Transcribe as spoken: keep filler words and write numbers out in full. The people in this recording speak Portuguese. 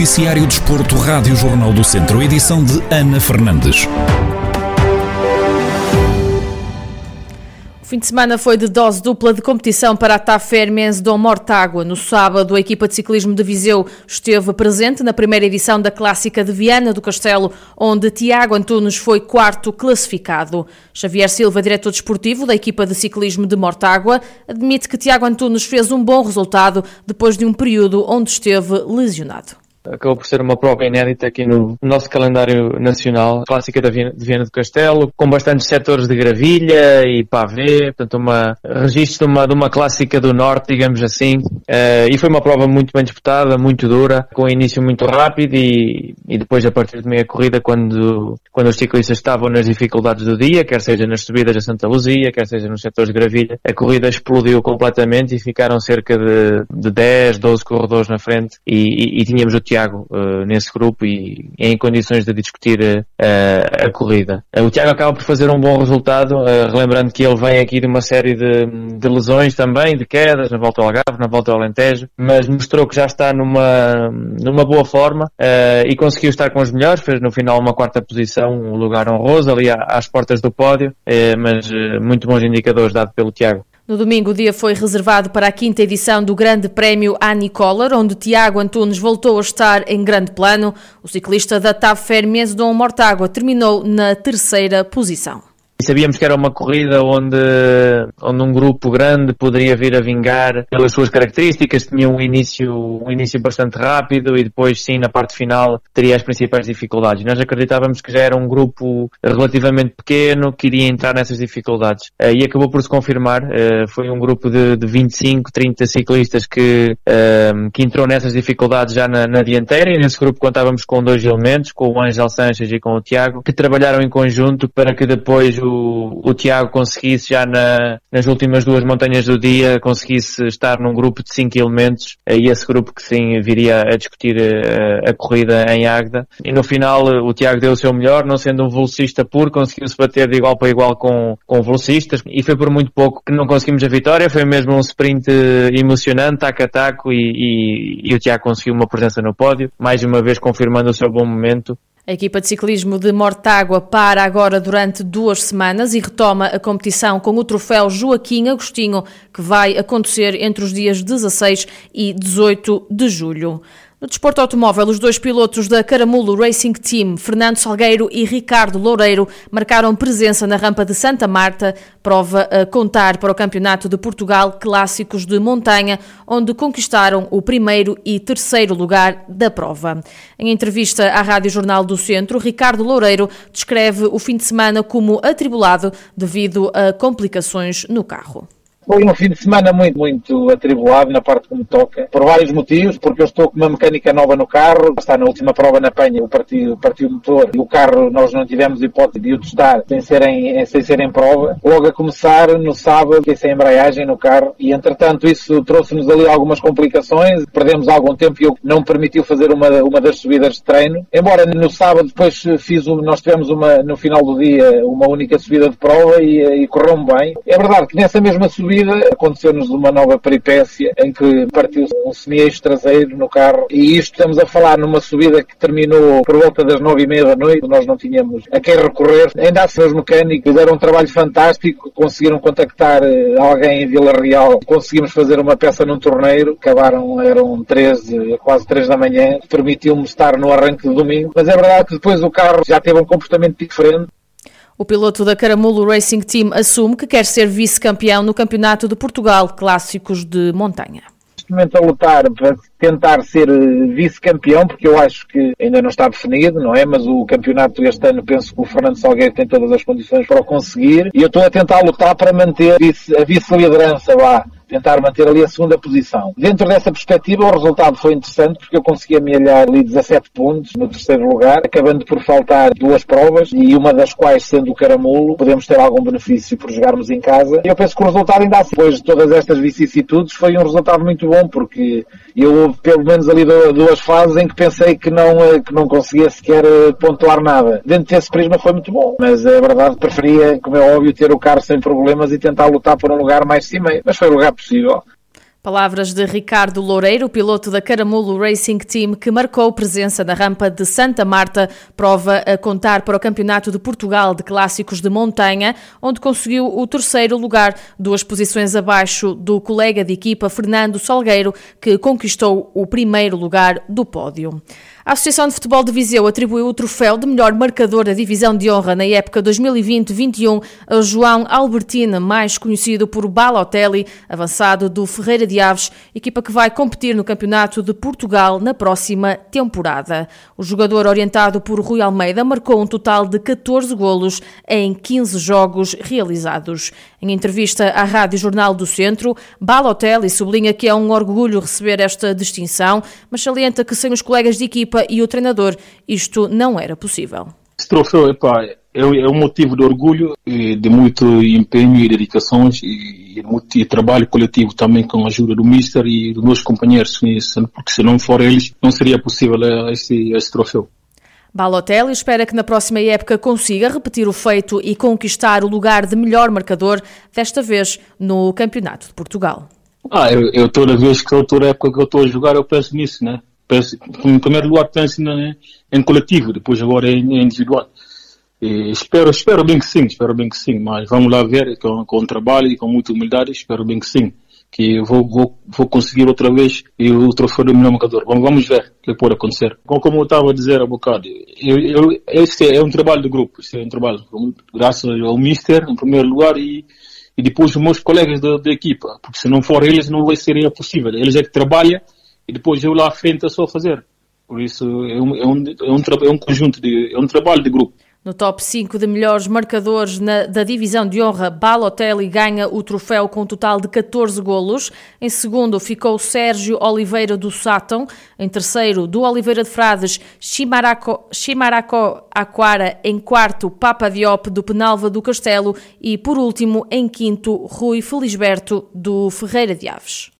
Noticiário Desporto, Rádio Jornal do Centro, edição de Ana Fernandes. O fim de semana foi de dose dupla de competição para a T A F Fermense Dom Mortágua. No sábado, a equipa de ciclismo de Viseu esteve presente na primeira edição da Clássica de Viana do Castelo, onde Tiago Antunes foi quarto classificado. Xavier Silva, diretor desportivo da equipa de ciclismo de Mortágua, admite que Tiago Antunes fez um bom resultado depois de um período onde esteve lesionado. Acabou por ser uma prova inédita aqui no nosso calendário nacional, Clássica de Viana do Castelo, com bastantes setores de gravilha e pavê, portanto uma registro de uma, de uma clássica do norte, digamos assim, uh, e foi uma prova muito bem disputada, muito dura, com início muito rápido e, e depois a partir de meia corrida, quando, quando os ciclistas estavam nas dificuldades do dia, quer seja nas subidas a Santa Luzia, quer seja nos setores de gravilha, a corrida explodiu completamente e ficaram cerca de, de dez, doze corredores na frente e, e, e tínhamos o Tiago uh, nesse grupo e em condições de discutir uh, a corrida. Uh, o Tiago acaba por fazer um bom resultado, uh, relembrando que ele vem aqui de uma série de, de lesões também, de quedas, na volta ao Algarve, na volta ao Alentejo, mas mostrou que já está numa, numa boa forma uh, e conseguiu estar com os melhores, fez no final uma quarta posição, um lugar honroso ali às portas do pódio, uh, mas uh, muito bons indicadores dado pelo Tiago. No domingo, o dia foi reservado para a quinta edição do Grande Prémio Annie Collar, onde Tiago Antunes voltou a estar em grande plano. O ciclista da T A F Fermense Dom Mortágua terminou na terceira posição. E sabíamos que era uma corrida onde, onde um grupo grande poderia vir a vingar pelas suas características, tinha um início, um início bastante rápido e depois sim na parte final teria as principais dificuldades. Nós acreditávamos que já era um grupo relativamente pequeno que iria entrar nessas dificuldades e acabou por se confirmar. Foi um grupo de, de vinte e cinco, trinta ciclistas que, que entrou nessas dificuldades já na, na dianteira e nesse grupo contávamos com dois elementos, com o Ângelo Sanches e com o Tiago, que trabalharam em conjunto para que depois o O, o Tiago conseguisse já na, nas últimas duas montanhas do dia, conseguisse estar num grupo de cinco elementos e esse grupo que sim viria a discutir a, a corrida em Águeda. E no final o Tiago deu o seu melhor, não sendo um velocista puro, conseguiu-se bater de igual para igual com, com velocistas e foi por muito pouco que não conseguimos a vitória, foi mesmo um sprint emocionante, taco a taco e, e, e o Tiago conseguiu uma presença no pódio, mais uma vez confirmando o seu bom momento. A equipa de ciclismo de Mortágua para agora durante duas semanas e retoma a competição com o troféu Joaquim Agostinho, que vai acontecer entre os dias dezasseis e dezoito de julho. No desporto automóvel, os dois pilotos da Caramulo Racing Team, Fernando Salgueiro e Ricardo Loureiro, marcaram presença na rampa de Santa Marta, prova a contar para o Campeonato de Portugal Clássicos de Montanha, onde conquistaram o primeiro e terceiro lugar da prova. Em entrevista à Rádio Jornal do Centro, Ricardo Loureiro descreve o fim de semana como atribulado devido a complicações no carro. Foi um fim de semana muito, muito atribulado na parte que me toca, por vários motivos, porque eu estou com uma mecânica nova no carro, está na última prova na Penha, eu parti, parti o motor e o carro nós não tivemos hipótese de o testar sem ser em, sem ser em prova. Logo a começar, no sábado, fiquei sem embreagem no carro e, entretanto, isso trouxe-nos ali algumas complicações, perdemos algum tempo e eu não me permitiu fazer uma, uma das subidas de treino. Embora no sábado depois fiz, nós tivemos uma, no final do dia uma única subida de prova e, e correu-me bem. É verdade que nessa mesma subida aconteceu-nos uma nova peripécia em que partiu um semi-eixo traseiro no carro e isto estamos a falar numa subida que terminou por volta das nove e meia da noite, nós não tínhamos a quem recorrer. Ainda assim os mecânicos fizeram um trabalho fantástico, conseguiram contactar alguém em Vila Real, conseguimos fazer uma peça num torneiro, acabaram, eram treze, quase três da manhã, permitiu-me estar no arranque de domingo, mas é verdade que depois o carro já teve um comportamento diferente. O piloto da Caramulo Racing Team assume que quer ser vice-campeão no Campeonato de Portugal Clássicos de Montanha. Neste momento a lutar para tentar ser vice-campeão, porque eu acho que ainda não está definido, não é? Mas o campeonato este ano penso que o Fernando Salgueiro tem todas as condições para o conseguir e eu estou a tentar lutar para manter a vice-liderança lá. Tentar manter ali a segunda posição. Dentro dessa perspectiva, o resultado foi interessante porque eu consegui amealhar ali dezassete pontos no terceiro lugar, acabando por faltar duas provas e uma das quais sendo o Caramulo, podemos ter algum benefício por jogarmos em casa. E eu penso que o resultado ainda assim, depois de todas estas vicissitudes, foi um resultado muito bom porque eu houve pelo menos ali duas fases em que pensei que não, que não conseguia sequer pontuar nada. Dentro desse prisma foi muito bom, mas é verdade, preferia, como é óbvio, ter o carro sem problemas e tentar lutar por um lugar mais cimeiro, mas foi o lugar possível. Palavras de Ricardo Loureiro, piloto da Caramulo Racing Team, que marcou presença na rampa de Santa Marta, prova a contar para o Campeonato de Portugal de Clássicos de Montanha, onde conseguiu o terceiro lugar, duas posições abaixo do colega de equipa Fernando Salgueiro, que conquistou o primeiro lugar do pódio. A Associação de Futebol de Viseu atribuiu o troféu de melhor marcador da Divisão de Honra na época dois mil e vinte vinte e um a João Albertino, mais conhecido por Balotelli, avançado do Ferreira de Aves, equipa que vai competir no Campeonato de Portugal na próxima temporada. O jogador, orientado por Rui Almeida, marcou um total de catorze golos em quinze jogos realizados. Em entrevista à Rádio Jornal do Centro, Balotelli sublinha que é um orgulho receber esta distinção, mas salienta que sem os colegas de equipa e o treinador, isto não era possível. Esse troféu epá, é, é um motivo de orgulho, de muito empenho e dedicações e, e muito e trabalho coletivo também com a ajuda do Mister e dos meus companheiros, porque se não for eles, não seria possível esse, esse troféu. Balotelli espera que na próxima época consiga repetir o feito e conquistar o lugar de melhor marcador, desta vez no Campeonato de Portugal. Ah, eu, eu toda vez que eu toda época que eu estou a jogar, eu penso nisso, né? Penso, em primeiro lugar penso em, em coletivo, depois agora em, em individual. E espero, espero bem que sim, espero bem que sim, mas vamos lá ver, com, com trabalho e com muita humildade, espero bem que sim, que eu vou, vou, vou conseguir outra vez o troféu do melhor marcador. Vamos, vamos ver o que pode acontecer. Como eu estava a dizer há bocado, eu, eu, este é um trabalho de grupo, este é um trabalho, graças ao Mister, em primeiro lugar, e, e depois os meus colegas da, da equipa, porque se não for eles não vai ser possível. Eles é que trabalham e depois eu lá à frente é só fazer. Por isso é um, é um, é um, é um conjunto, de, é um trabalho de grupo. No top cinco de melhores marcadores na, da Divisão de Honra, Balotelli ganha o troféu com um total de catorze golos. Em segundo ficou Sérgio Oliveira do Sátão. Em terceiro, do Oliveira de Frades, Chimaraco, Chimaraco Aquara. Em quarto, Papa Diop do Penalva do Castelo. E por último, em quinto, Rui Felisberto do Ferreira de Aves.